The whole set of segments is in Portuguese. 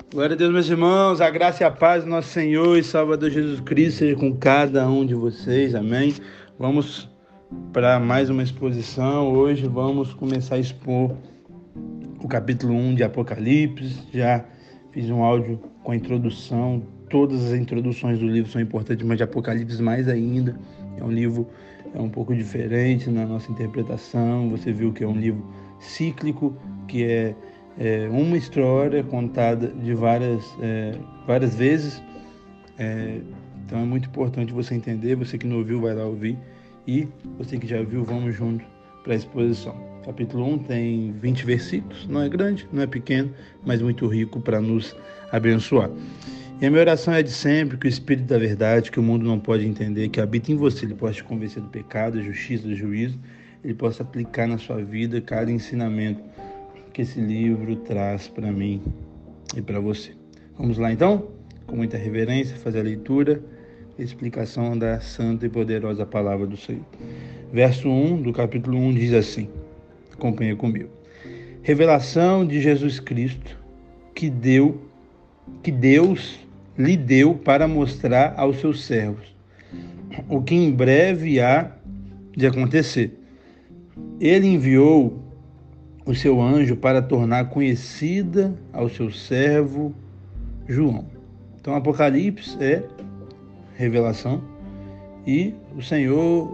Glória a Deus, meus irmãos, a graça e a paz do nosso Senhor e Salvador Jesus Cristo seja com cada um de vocês, amém? Vamos para mais uma exposição. Hoje vamos começar a expor o capítulo 1 de Apocalipse. Já fiz um áudio com a introdução. Todas as introduções do livro são importantes, mas de Apocalipse mais ainda. É um livro um pouco diferente na nossa interpretação. Você viu que é um livro cíclico, que é uma história contada de várias vezes. Então é muito importante você entender. Você que não ouviu, vai lá ouvir. E você que já viu, vamos junto para a exposição. Capítulo 1 tem 20 versículos. Não é grande, não é pequeno, mas muito rico para nos abençoar. E a minha oração é de sempre, que o Espírito da verdade, que o mundo não pode entender, que habita em você, ele possa te convencer do pecado, da justiça, do juízo, ele possa aplicar na sua vida cada ensinamento que esse livro traz para mim e para você. Vamos lá então, com muita reverência, fazer a leitura e explicação da santa e poderosa palavra do Senhor. Verso 1 do capítulo 1 diz assim, acompanha comigo. Revelação de Jesus Cristo que Deus lhe deu para mostrar aos seus servos o que em breve há de acontecer. Ele enviou o seu anjo para tornar conhecida ao seu servo João. Então, Apocalipse é revelação e o Senhor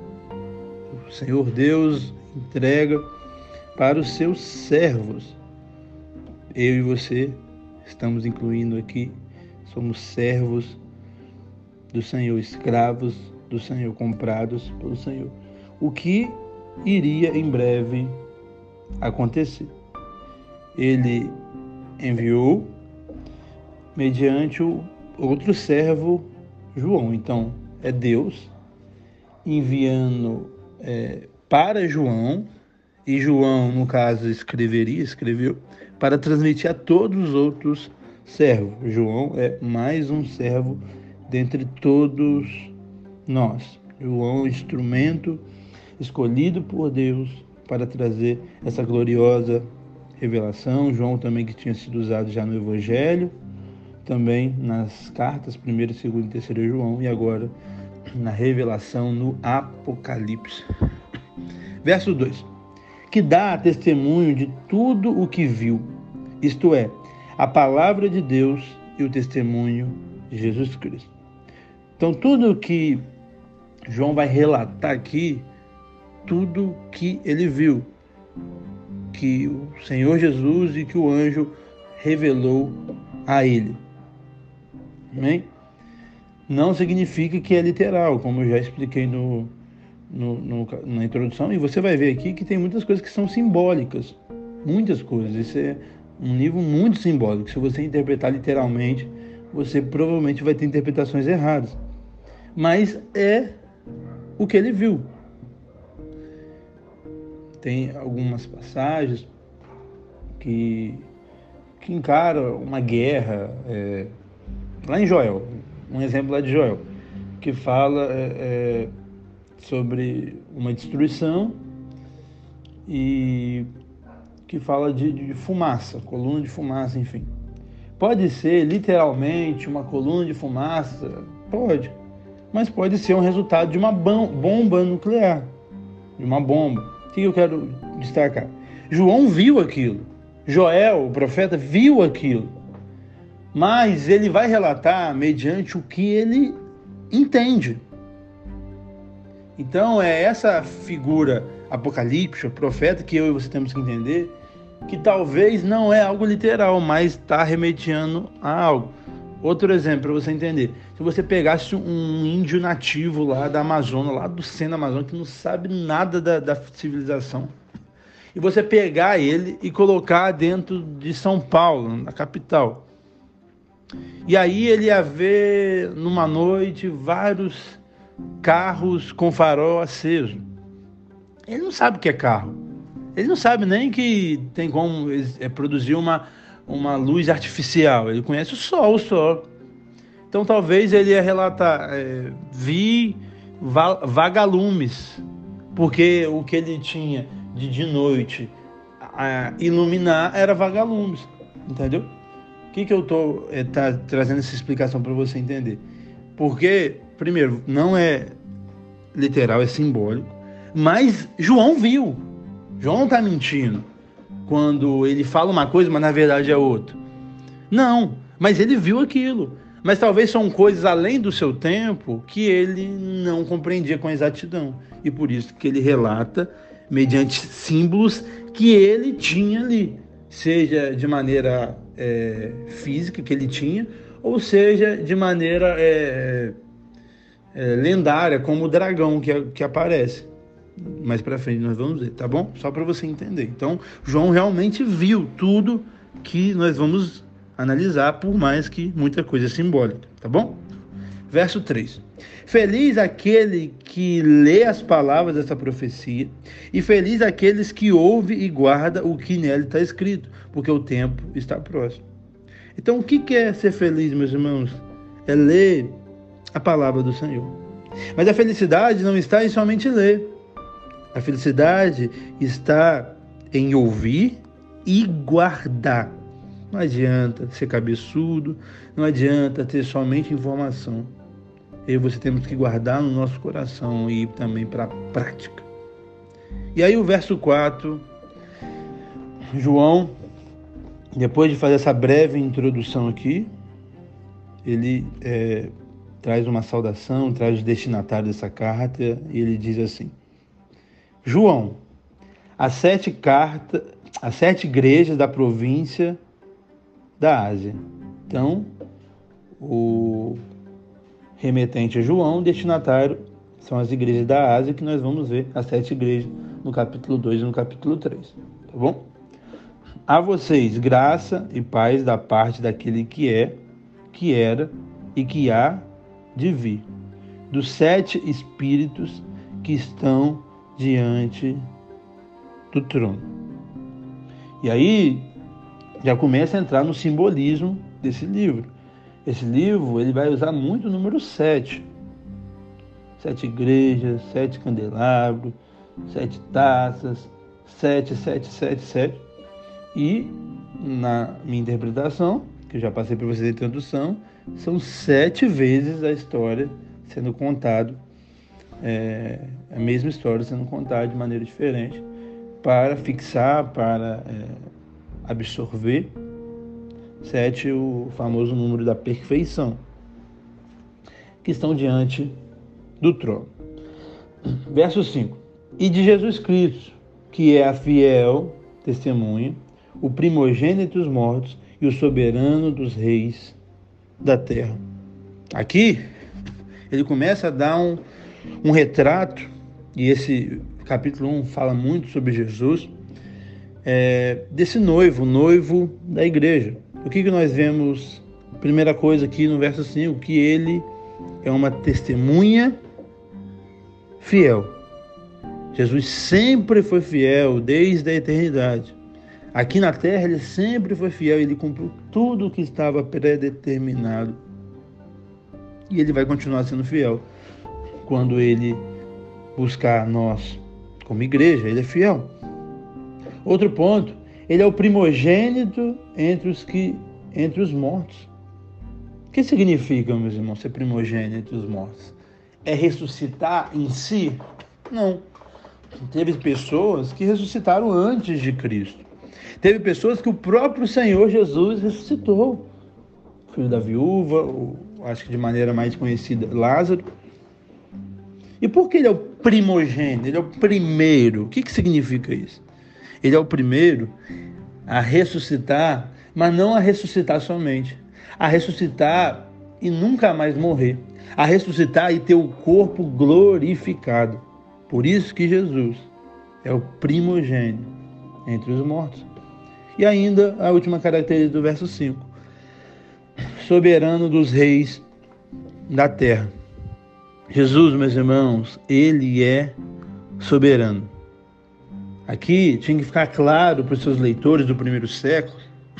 Deus entrega para os seus servos. Eu e você estamos incluindo aqui, somos servos do Senhor, escravos do Senhor, comprados pelo Senhor. O que iria em breve acontecer. Ele enviou mediante o outro servo João. Então, é Deus enviando para João, e João, no caso, escreveu, para transmitir a todos os outros servos. João é mais um servo dentre todos nós. João é um instrumento escolhido por Deus para trazer essa gloriosa revelação. João também, que tinha sido usado já no Evangelho, também nas cartas 1º, 2º e 3º João, e agora na revelação no Apocalipse. Verso 2. Que dá testemunho de tudo o que viu, isto é, a palavra de Deus e o testemunho de Jesus Cristo. Então, tudo o que João vai relatar aqui, tudo que ele viu, que o Senhor Jesus e que o anjo revelou a ele. Amém? Não significa que é literal, como eu já expliquei na introdução, e você vai ver aqui que tem muitas coisas que são simbólicas, muitas coisas. Isso é um livro muito simbólico. Se você interpretar literalmente, você provavelmente vai ter interpretações erradas, mas é o que ele viu. Tem algumas passagens que encaram uma guerra, lá em Joel, um exemplo lá de Joel, que fala sobre uma destruição e que fala de fumaça, coluna de fumaça, enfim. Pode ser literalmente uma coluna de fumaça? Pode, mas pode ser um resultado de uma bomba nuclear, de uma bomba. O que eu quero destacar? João viu aquilo, Joel, o profeta, viu aquilo, mas ele vai relatar mediante o que ele entende. Então é essa figura apocalíptica, profeta, que eu e você temos que entender, que talvez não é algo literal, mas está remediando a algo. Outro exemplo para você entender: se você pegasse um índio nativo lá da Amazônia, lá do centro da Amazônia, que não sabe nada da civilização, e você pegar ele e colocar dentro de São Paulo, na capital, e aí ele ia ver numa noite vários carros com farol aceso. Ele não sabe o que é carro. Ele não sabe nem que tem como produzir uma luz artificial. Ele conhece o sol só. Então talvez ele ia relatar, vi vagalumes, porque o que ele tinha de noite a iluminar era vagalumes, entendeu? que eu estou trazendo essa explicação para você entender? Porque, primeiro, não é literal, é simbólico, mas João viu. João não está mentindo quando ele fala uma coisa, mas na verdade é outra. Não, mas ele viu aquilo. Mas talvez são coisas além do seu tempo que ele não compreendia com exatidão. E por isso que ele relata mediante símbolos que ele tinha ali. Seja de maneira física que ele tinha, ou seja de maneira lendária, como o dragão que aparece. Mais para frente nós vamos ver, tá bom? Só para você entender. Então, João realmente viu tudo que nós vamos analisar, por mais que muita coisa é simbólica, tá bom? Verso 3. Feliz aquele que lê as palavras dessa profecia, e feliz aqueles que ouvem e guardam o que nele está escrito, porque o tempo está próximo. Então, o que é ser feliz, meus irmãos? É ler a palavra do Senhor. Mas a felicidade não está em somente ler. A felicidade está em ouvir e guardar. Não adianta ser cabeçudo, não adianta ter somente informação. Eu e você temos que guardar no nosso coração e ir também para a prática. E aí o verso 4, João, depois de fazer essa breve introdução aqui, ele traz uma saudação, traz o destinatário dessa carta e ele diz assim: João, as 7 igrejas da província da Ásia. Então, o remetente é João, o destinatário são as igrejas da Ásia, que nós vamos ver as 7 igrejas no capítulo 2 e no capítulo 3, tá bom? A vocês, graça e paz da parte daquele que é, que era e que há de vir, dos 7 espíritos que estão diante do trono. E aí já começa a entrar no simbolismo desse livro. Esse livro ele vai usar muito o número 7. 7 igrejas, 7 candelabros, 7 taças, 7. E na minha interpretação, que eu já passei para vocês a introdução, são 7 vezes a história sendo contada, a mesma história sendo contada de maneira diferente, para fixar, para absorver. 7, o famoso número da perfeição, que estão diante do trono. Verso 5. E de Jesus Cristo, que é a fiel testemunha, o primogênito dos mortos e o soberano dos reis da terra. Aqui, ele começa a dar um retrato, e esse capítulo 1 fala muito sobre Jesus, desse noivo da igreja. O que nós vemos? Primeira coisa aqui no verso 5, que ele é uma testemunha fiel. Jesus sempre foi fiel desde a eternidade. Aqui na terra ele sempre foi fiel, ele cumpriu tudo o que estava predeterminado. E ele vai continuar sendo fiel quando ele buscar nós como igreja, ele é fiel. Outro ponto, ele é o primogênito entre os mortos. O que significa, meus irmãos, ser primogênito entre os mortos? É ressuscitar em si? Não. Teve pessoas que ressuscitaram antes de Cristo. Teve pessoas que o próprio Senhor Jesus ressuscitou. O filho da viúva, acho que de maneira mais conhecida, Lázaro. E por que ele é o primogênito? Ele é o primeiro. O que significa isso? Ele é o primeiro a ressuscitar, mas não a ressuscitar somente. A ressuscitar e nunca mais morrer. A ressuscitar e ter o corpo glorificado. Por isso que Jesus é o primogênito entre os mortos. E ainda a última característica do verso 5. Soberano dos reis da terra. Jesus, meus irmãos, ele é soberano. Aqui tinha que ficar claro para os seus leitores do primeiro século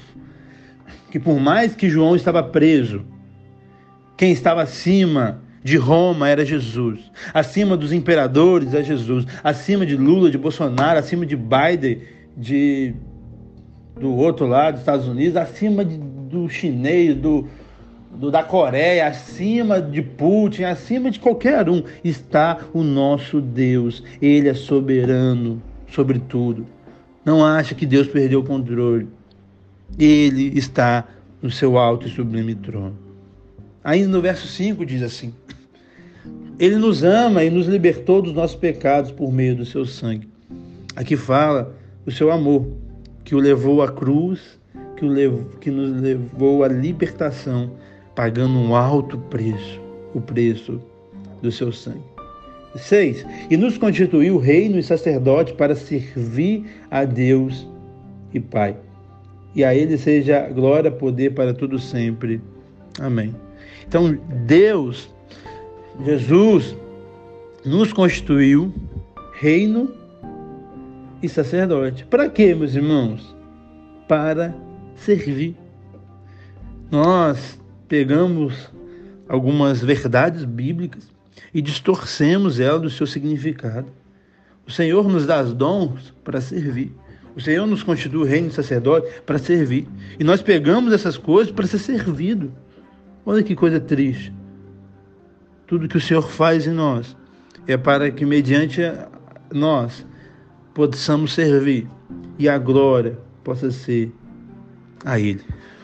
que por mais que João estava preso, quem estava acima de Roma era Jesus, acima dos imperadores é Jesus, acima de Lula, de Bolsonaro, acima de Biden, do outro lado, dos Estados Unidos, acima do chinês, da Coreia, acima de Putin, acima de qualquer um, está o nosso Deus. Ele é soberano sobre tudo. Não acha que Deus perdeu o controle. Ele está no seu alto e sublime trono. Ainda no verso 5 diz assim: Ele nos ama e nos libertou dos nossos pecados por meio do seu sangue. Aqui fala o seu amor, que o levou à cruz, que nos levou à libertação, pagando um alto preço, o preço do seu sangue. 6. E nos constituiu reino e sacerdote para servir a Deus e Pai. E a Ele seja glória, poder para tudo sempre. Amém. Então, Deus, Jesus, nos constituiu reino e sacerdote. Para quê, meus irmãos? Para servir. Nós pegamos algumas verdades bíblicas e distorcemos elas do seu significado. O Senhor nos dá os dons para servir. O Senhor nos constitui reino e sacerdote para servir. E nós pegamos essas coisas para ser servido. Olha que coisa triste. Tudo que o Senhor faz em nós é para que, mediante nós, possamos servir. E a glória possa ser a Ele.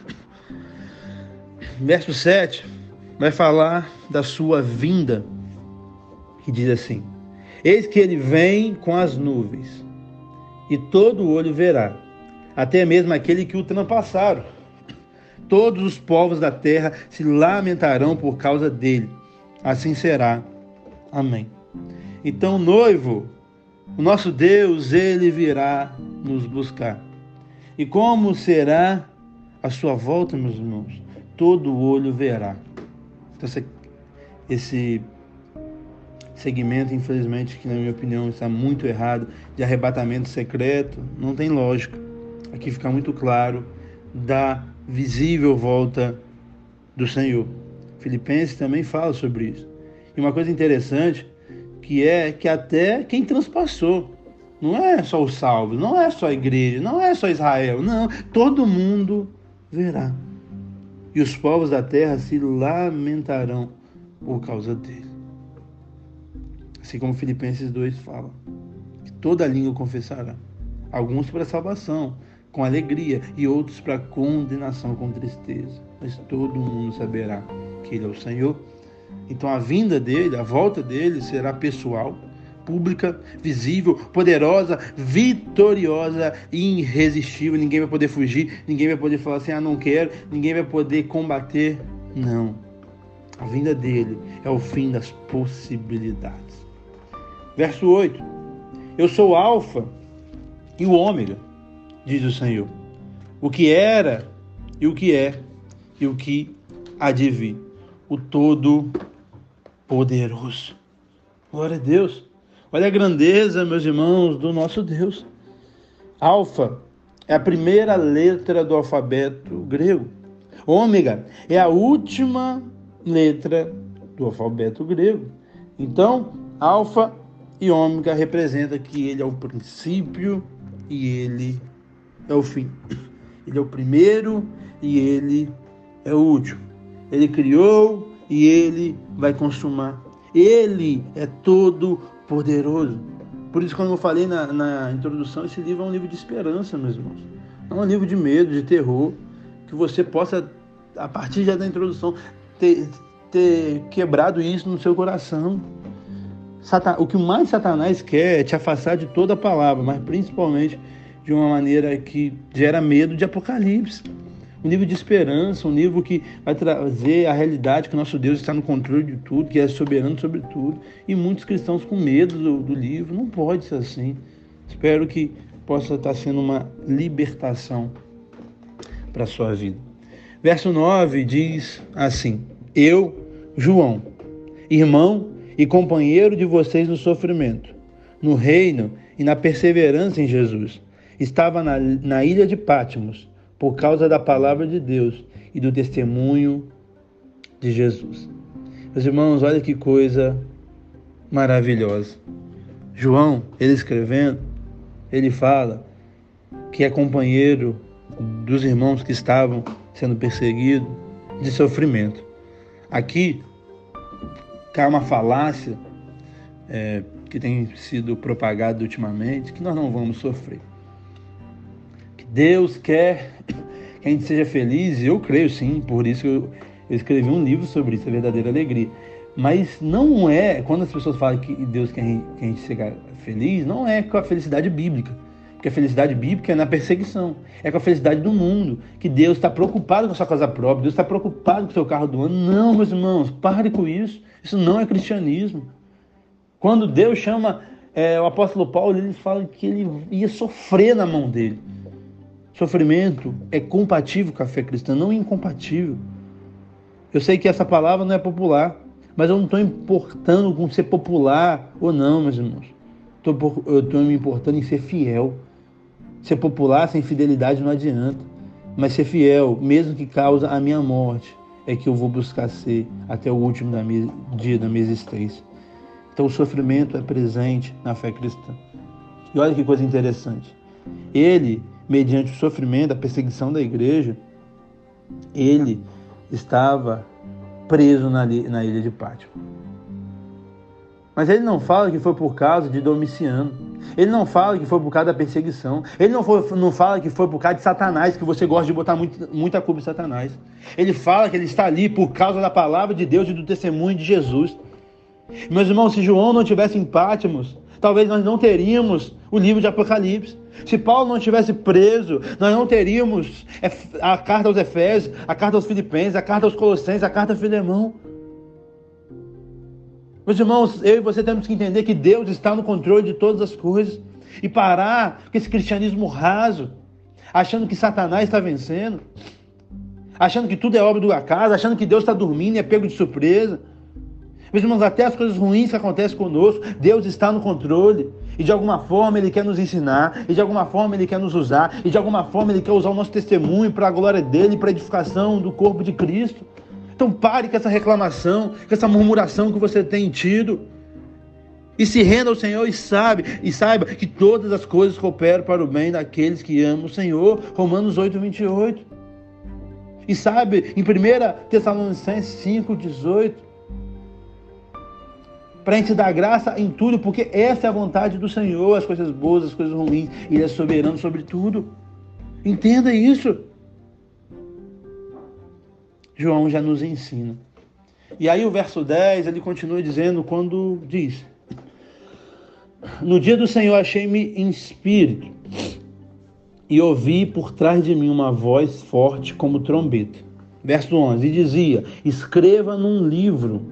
Verso 7 vai falar da sua vinda, que diz assim: Eis que Ele vem com as nuvens, e todo olho verá, até mesmo aquele que o transpassaram. Todos os povos da terra se lamentarão por causa dele. Assim será. Amém. Então, noivo, o nosso Deus, Ele virá nos buscar. E como será a sua volta, meus irmãos? Todo olho verá. Então, esse segmento, infelizmente, que na minha opinião está muito errado, de arrebatamento secreto, não tem lógica. Aqui fica muito claro da visível volta do Senhor. Filipenses também fala sobre isso. E uma coisa interessante, que é que até quem transpassou, não é só os salvos, não é só a igreja, não é só Israel, não, todo mundo verá. E os povos da terra se lamentarão por causa dele. Assim como Filipenses 2 fala, que toda língua confessará, alguns para a salvação, com alegria, e outros para condenação, com tristeza. Mas todo mundo saberá que Ele é o Senhor. Então a vinda dele, a volta dele será pessoal, pública, visível, poderosa, vitoriosa e irresistível. Ninguém vai poder fugir, ninguém vai poder falar assim, não quero, ninguém vai poder combater. Não. A vinda dele é o fim das possibilidades. Verso 8. Eu sou o Alfa e o Ômega, diz o Senhor, o que era e o que é e o que há de vir, o Todo-Poderoso. Glória a Deus. Olha a grandeza, meus irmãos, do nosso Deus. Alfa é a primeira letra do alfabeto grego. Ômega é a última letra do alfabeto grego. Então, Alfa e Ômega representa que Ele é o princípio e Ele é o fim. Ele é o primeiro e Ele é o último. Ele criou e Ele vai consumar. Ele é todo poderoso. Por isso, quando eu falei na introdução, esse livro é um livro de esperança, meus irmãos. Não é um livro de medo, de terror. Que você possa, a partir já da introdução, ter quebrado isso no seu coração. O que mais Satanás quer é te afastar de toda a palavra, mas principalmente de uma maneira que gera medo de Apocalipse. Um livro de esperança, um livro que vai trazer a realidade que o nosso Deus está no controle de tudo, que é soberano sobre tudo. E muitos cristãos com medo do livro. Não pode ser assim. Espero que possa estar sendo uma libertação para a sua vida. Verso 9 diz assim: Eu, João, irmão e companheiro de vocês no sofrimento, no reino e na perseverança em Jesus, estava na ilha de Patmos, por causa da palavra de Deus e do testemunho de Jesus. Meus irmãos, olha que coisa maravilhosa. João, ele escrevendo, ele fala que é companheiro dos irmãos que estavam sendo perseguido, de sofrimento. Aqui cai uma falácia que tem sido propagada ultimamente, que nós não vamos sofrer. Que Deus quer que a gente seja feliz, e eu creio sim, por isso eu escrevi um livro sobre isso, a verdadeira alegria. Mas não é, quando as pessoas falam que Deus quer que a gente seja feliz, não é com a felicidade bíblica. Porque a felicidade bíblica é na perseguição, é com a felicidade do mundo, que Deus está preocupado com a sua casa própria, Deus está preocupado com o seu carro do ano. Não, meus irmãos, pare com isso. Isso não é cristianismo. Quando Deus chama o apóstolo Paulo, ele fala que ele ia sofrer na mão dele. Sofrimento é compatível com a fé cristã, não incompatível. Eu sei que essa palavra não é popular, mas eu não estou importando com ser popular ou não, meus irmãos. Eu estou me importando em ser fiel. Ser popular sem fidelidade não adianta. Mas ser fiel, mesmo que causa a minha morte, é que eu vou buscar ser até o último dia da minha existência. Então o sofrimento é presente na fé cristã. E olha que coisa interessante. Ele, mediante o sofrimento, a perseguição da igreja, ele estava preso na ilha de Pátmos. Mas ele não fala que foi por causa de Domiciano. Ele não fala que foi por causa da perseguição. Ele não fala que foi por causa de Satanás, que você gosta de botar muita culpa em Satanás. Ele fala que ele está ali por causa da palavra de Deus e do testemunho de Jesus. Meus irmãos, se João não tivesse em Pátmos, talvez nós não teríamos o livro de Apocalipse. Se Paulo não estivesse preso, nós não teríamos a carta aos Efésios, a carta aos Filipenses, a carta aos Colossenses, a carta a Filemão. Meus irmãos, eu e você temos que entender que Deus está no controle de todas as coisas e parar com esse cristianismo raso, achando que Satanás está vencendo, achando que tudo é obra do acaso, achando que Deus está dormindo e é pego de surpresa. Meus irmãos, até as coisas ruins que acontecem conosco, Deus está no controle. E de alguma forma Ele quer nos ensinar, e de alguma forma Ele quer nos usar, e de alguma forma Ele quer usar o nosso testemunho para a glória dEle, para a edificação do corpo de Cristo. Então pare com essa reclamação, com essa murmuração que você tem tido. E se renda ao Senhor e saiba que todas as coisas cooperam para o bem daqueles que amam o Senhor. Romanos 8:28. E sabe, em 1 Tessalonicenses 5:18, para a gente dar graça em tudo, porque essa é a vontade do Senhor, as coisas boas, as coisas ruins. Ele é soberano sobre tudo. Entenda isso. João já nos ensina. E aí o verso 10, ele continua dizendo, quando diz: no dia do Senhor achei-me em espírito, e ouvi por trás de mim uma voz forte como trombeta. Verso 11, e dizia: escreva num livro,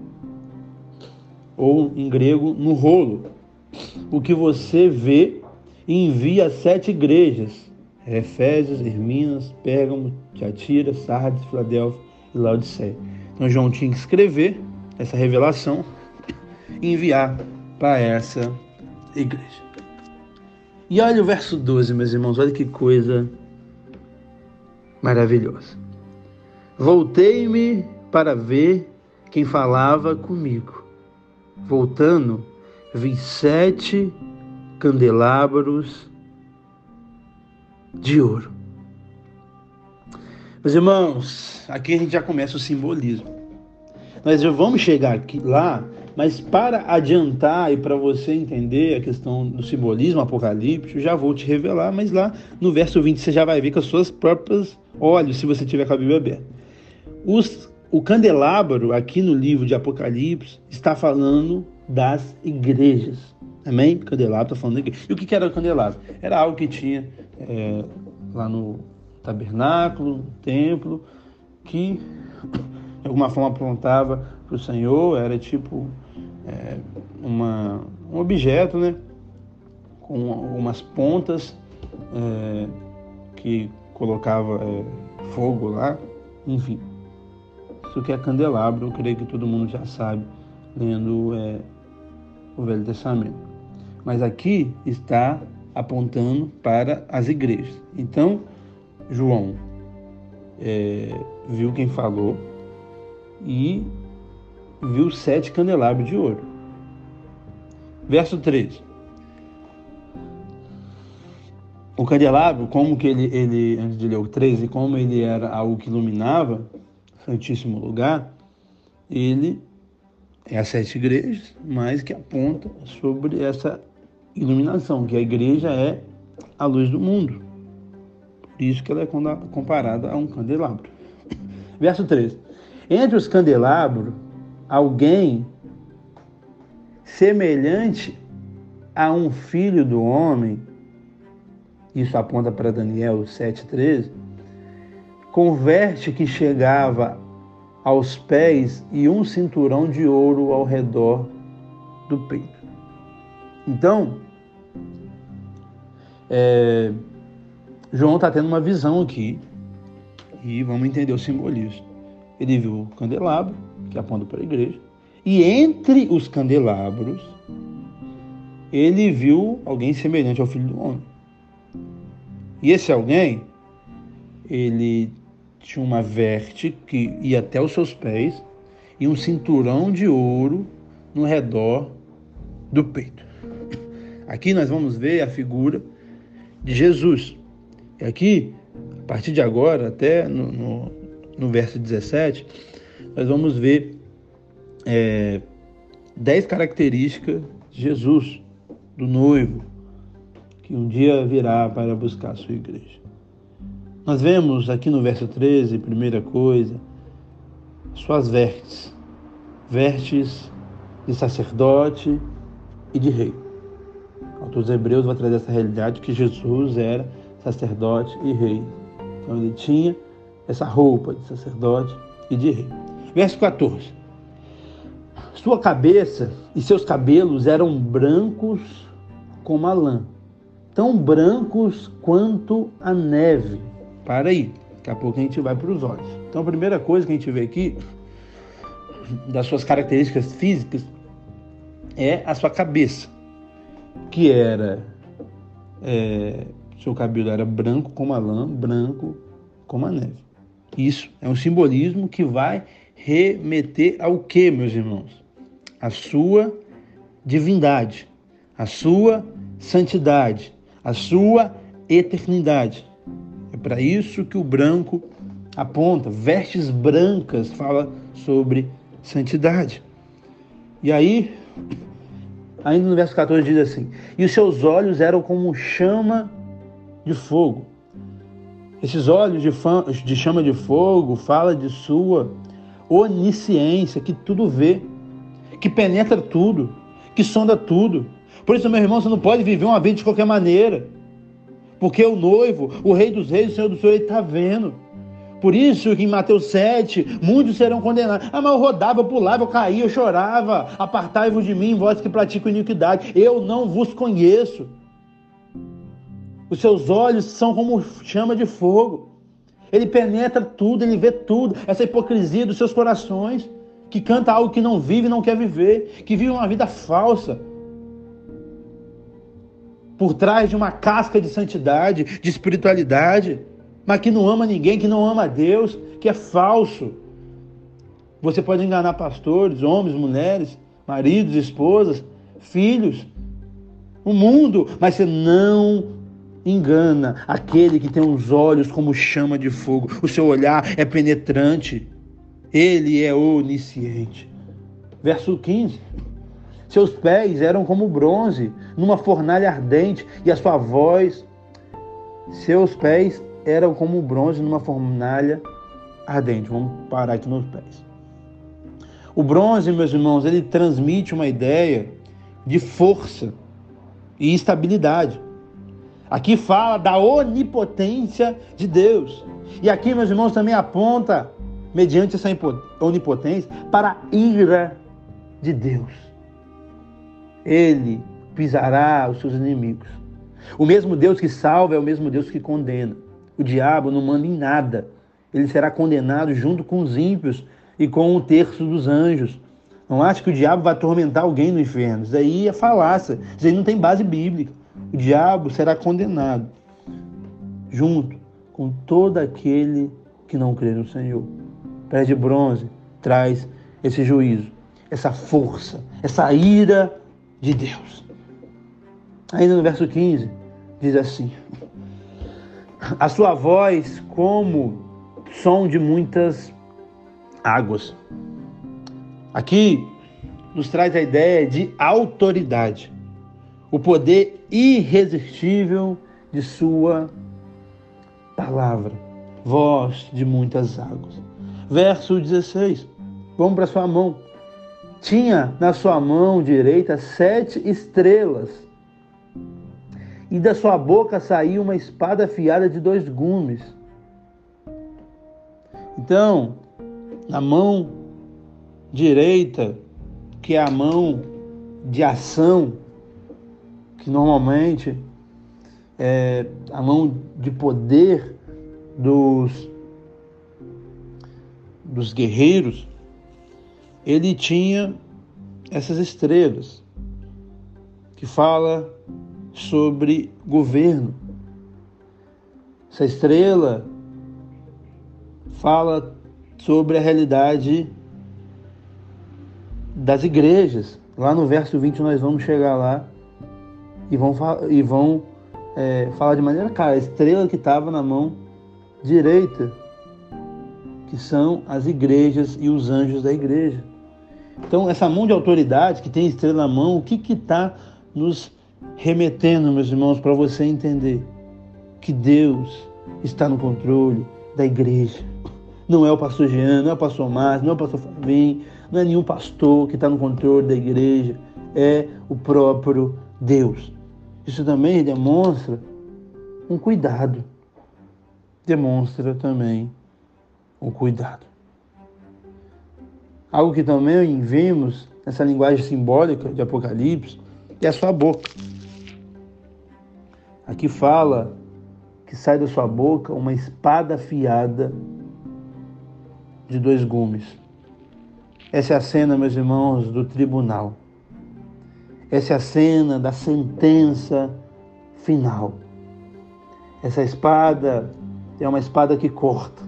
ou em grego, no rolo, o que você vê e envia a 7 igrejas: Efésios, Esmirna, Pérgamo, Tiatira, Sardes, Filadélfia e Laodiceia. Então João tinha que escrever essa revelação e enviar para essa igreja. E olha o verso 12, meus irmãos, olha que coisa maravilhosa. Voltei-me para ver quem falava comigo. Voltando, vi 7 candelabros de ouro. Meus irmãos, aqui a gente já começa o simbolismo. Nós já vamos chegar lá, mas para adiantar e para você entender a questão do simbolismo apocalíptico, eu já vou te revelar, mas lá no verso 20 você já vai ver com as suas próprias olhos, se você tiver com a Bíblia aberta. O candelabro, aqui no livro de Apocalipse, está falando das igrejas. Amém? O candelabro está falando da igreja. E o que era o candelabro? Era algo que tinha lá no tabernáculo, no templo, que de alguma forma apontava para o Senhor. Era tipo um objeto, né? Com algumas pontas que colocava fogo lá, enfim. Isso que é candelabro, eu creio que todo mundo já sabe, lendo o Velho Testamento. Mas aqui está apontando para as igrejas. Então, João viu quem falou e viu 7 candelabros de ouro. Verso 13. O candelabro, como que ele antes de ler o 13, como ele era algo que iluminava o Santíssimo Lugar, ele é as 7 igrejas, mas que aponta sobre essa iluminação, que a igreja é a luz do mundo. Por isso que ela é comparada a um candelabro. Verso 13. Entre os candelabros, alguém semelhante a um filho do homem, isso aponta para Daniel 7,13, converte que chegava aos pés e um cinturão de ouro ao redor do peito. Então, João está tendo uma visão aqui e vamos entender o simbolismo. Ele viu o candelabro, que aponta para a igreja, e entre os candelabros, ele viu alguém semelhante ao Filho do Homem. E esse alguém, ele tinha uma veste que ia até os seus pés e um cinturão de ouro no redor do peito. Aqui nós vamos ver a figura de Jesus. E aqui, a partir de agora, até no verso 17, nós vamos ver 10 características de Jesus, do noivo, que um dia virá para buscar a sua igreja. Nós vemos aqui no verso 13, primeira coisa, suas vestes de sacerdote e de rei. O autor dos Hebreus vai trazer essa realidade que Jesus era sacerdote e rei. Então ele tinha essa roupa de sacerdote e de rei. Verso 14. Sua cabeça e seus cabelos eram brancos como a lã, tão brancos quanto a neve. Para aí, daqui a pouco a gente vai para os olhos. Então a primeira coisa que a gente vê aqui, das suas características físicas, é a sua cabeça, que era, seu cabelo era branco como a lã, branco como a neve. Isso é um simbolismo que vai remeter ao quê, meus irmãos? A sua divindade, a sua santidade, a sua eternidade. É para isso que o branco aponta. Vestes brancas fala sobre santidade. E aí, ainda no verso 14 diz assim: e os seus olhos eram como chama de fogo. Esses olhos de chama de fogo fala de sua onisciência, que tudo vê, que penetra tudo, que sonda tudo. Por isso, meu irmão, você não pode viver uma vida de qualquer maneira, porque o noivo, o Rei dos Reis, o Senhor do Senhor, ele está vendo. Por isso que em Mateus 7, muitos serão condenados. Ah, mas eu rodava, eu pulava, eu caía, eu chorava. Apartai-vos de mim, vós que praticam iniquidade. Eu não vos conheço. Os seus olhos são como chama de fogo. Ele penetra tudo, ele vê tudo. Essa hipocrisia dos seus corações, que canta algo que não vive e não quer viver, que vive uma vida falsa, por trás de uma casca de santidade, de espiritualidade, mas que não ama ninguém, que não ama a Deus, que é falso. Você pode enganar pastores, homens, mulheres, maridos, esposas, filhos, o mundo, mas você não engana aquele que tem os olhos como chama de fogo. O seu olhar é penetrante, ele é onisciente. Verso 15. Seus pés eram como bronze numa fornalha ardente, e a sua voz, seus pés eram como bronze numa fornalha ardente. Vamos parar aqui nos pés. O bronze, meus irmãos, ele transmite uma ideia de força e estabilidade. Aqui fala da onipotência de Deus. E aqui, meus irmãos, também aponta, mediante essa onipotência, para a ira de Deus. Ele pisará os seus inimigos. O mesmo Deus que salva é o mesmo Deus que condena. O diabo não manda em nada. Ele será condenado junto com os ímpios e com 1/3 dos anjos. Não acha que o diabo vai atormentar alguém no inferno. Isso aí é falácia. Isso aí não tem base bíblica. O diabo será condenado junto com todo aquele que não crê no Senhor. Pés de bronze traz esse juízo, essa força, essa ira de Deus. Ainda no verso 15, diz assim: A sua voz como som de muitas águas. Aqui nos traz a ideia de autoridade, o poder irresistível de sua palavra, voz de muitas águas. Verso 16, vamos para sua mão. Tinha na sua mão direita 7 estrelas, e da sua boca saía uma espada afiada de 2 gumes. Então, na mão direita, que é a mão de ação, que normalmente é a mão de poder dos guerreiros, ele tinha essas estrelas, que fala sobre governo. Essa estrela fala sobre a realidade das igrejas. Lá no verso 20 nós vamos chegar lá e vão falar de maneira clara. A estrela que estava na mão direita, que são as igrejas e os anjos da igreja. Então, essa mão de autoridade que tem estrela na mão, o que está nos remetendo, meus irmãos, para você entender que Deus está no controle da igreja. Não é o pastor Jean, não é o pastor Márcio, não é o pastor Fabinho, não é nenhum pastor que está no controle da igreja, é o próprio Deus. Isso também demonstra um cuidado, demonstra também um cuidado. Algo que também vimos nessa linguagem simbólica de Apocalipse é a sua boca. Aqui fala que sai da sua boca uma espada afiada de 2 gumes. Essa é a cena, meus irmãos, do tribunal. Essa é a cena da sentença final. Essa espada é uma espada que corta.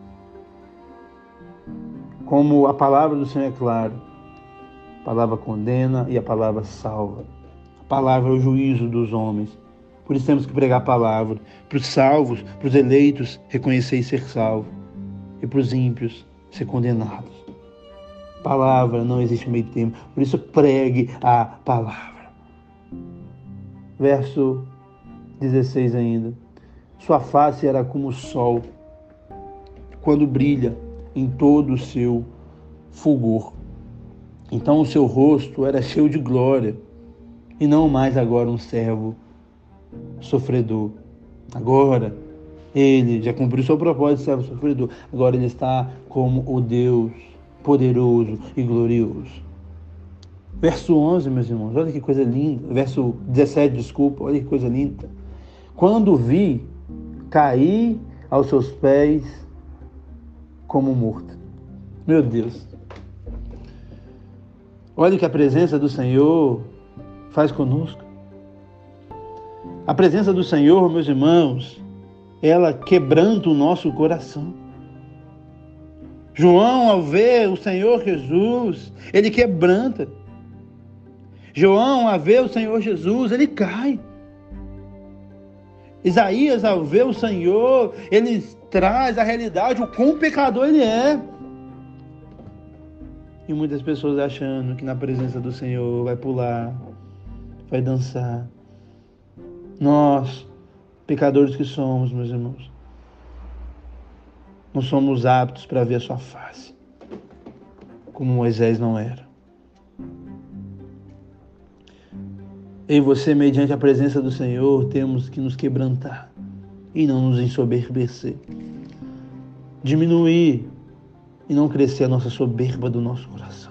Como a palavra do Senhor é clara, a palavra condena e a palavra salva. A palavra é o juízo dos homens. Por isso temos que pregar a palavra. Para os salvos, para os eleitos, reconhecer e ser salvo. E para os ímpios, ser condenados. Palavra, não existe meio termo. Por isso pregue a palavra. Verso 16 ainda. Sua face era como o sol, quando brilha em todo o seu fulgor. Então o seu rosto era cheio de glória, e não mais agora um servo sofredor. Agora ele já cumpriu seu propósito de servo sofredor. Agora ele está como o Deus poderoso e glorioso. Verso 11, meus irmãos, olha que coisa linda. Verso 17, desculpa, olha que coisa linda. Quando vi, caí aos seus pés como morto. Meu Deus. Olha o que a presença do Senhor faz conosco. A presença do Senhor, meus irmãos, ela quebranta o nosso coração. João, ao ver o Senhor Jesus, ele quebranta. João, ao ver o Senhor Jesus, ele cai. Isaías, ao ver o Senhor, ele traz a realidade, o quão pecador ele é. E muitas pessoas achando que na presença do Senhor vai pular, vai dançar. Nós, pecadores que somos, meus irmãos, não somos aptos para ver a sua face, como Moisés não era. Eu e você, mediante a presença do Senhor, temos que nos quebrantar e não nos ensoberbecer. Diminuir e não crescer a nossa soberba do nosso coração.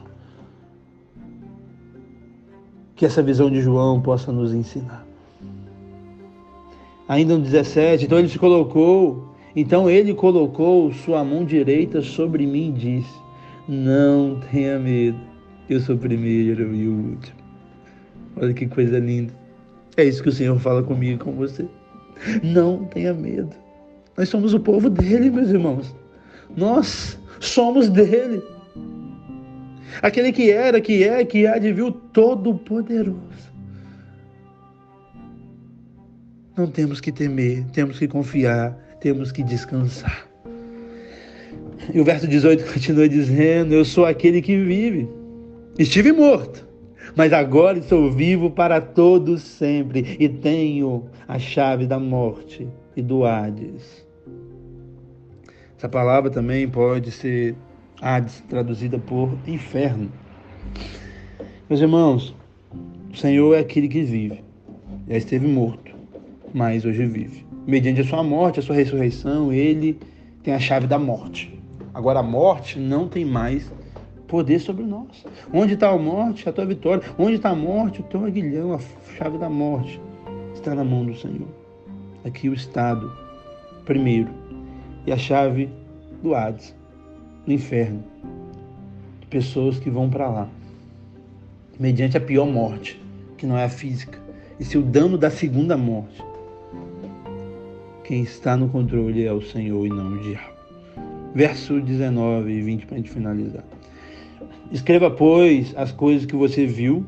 Que essa visão de João possa nos ensinar. Ainda no 17, então ele colocou sua mão direita sobre mim e disse: não tenha medo, eu sou o primeiro e o último. Olha que coisa linda. É isso que o Senhor fala comigo e com você. Não tenha medo. Nós somos o povo dele, meus irmãos. Nós somos dele. Aquele que era, que é, que há de vir, o Todo-Poderoso. Não temos que temer, temos que confiar, temos que descansar. E o verso 18 continua dizendo: eu sou aquele que vive. Estive morto, mas agora estou vivo para todos sempre e tenho a chave da morte e do Hades. Essa palavra também pode ser Hades, traduzida por inferno. Meus irmãos, o Senhor é aquele que vive. Já esteve morto, mas hoje vive. Mediante a sua morte, a sua ressurreição, Ele tem a chave da morte. Agora a morte não tem mais poder sobre nós. Onde está a morte? A tua vitória. Onde está a morte? O teu aguilhão, a chave da morte está na mão do Senhor. Aqui o estado, primeiro, e a chave do Hades, do inferno. De pessoas que vão para lá, mediante a pior morte, que não é a física, e se o dano da segunda morte. Quem está no controle é o Senhor e não o diabo. Verso 19 e 20 para a gente finalizar. Escreva, pois, as coisas que você viu,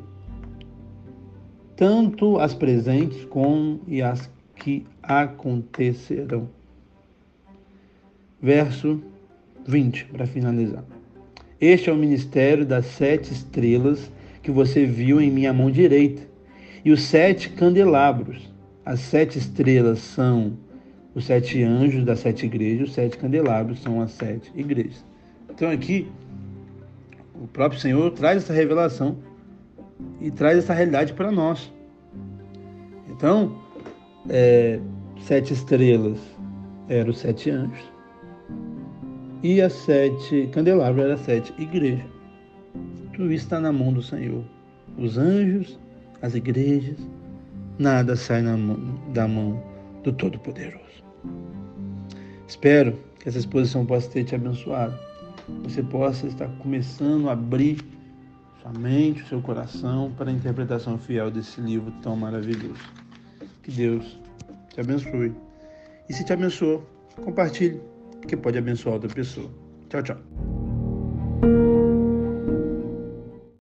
tanto as presentes como as que acontecerão. Verso 20, para finalizar. Este é o ministério das 7 estrelas que você viu em minha mão direita, e os 7 candelabros. As 7 estrelas são os 7 anjos das 7 igrejas, os 7 candelabros são as 7 igrejas. Então aqui, o próprio Senhor traz essa revelação e traz essa realidade para nós. Então, 7 estrelas eram os 7 anjos e as 7 candelabros eram as 7 igrejas. Tudo isso está na mão do Senhor. Os anjos, as igrejas, nada sai da mão do Todo-Poderoso. Espero que essa exposição possa ter te abençoado. Você possa estar começando a abrir sua mente, o seu coração para a interpretação fiel desse livro tão maravilhoso. Que Deus te abençoe. E se te abençoou, compartilhe, que pode abençoar outra pessoa. Tchau, tchau.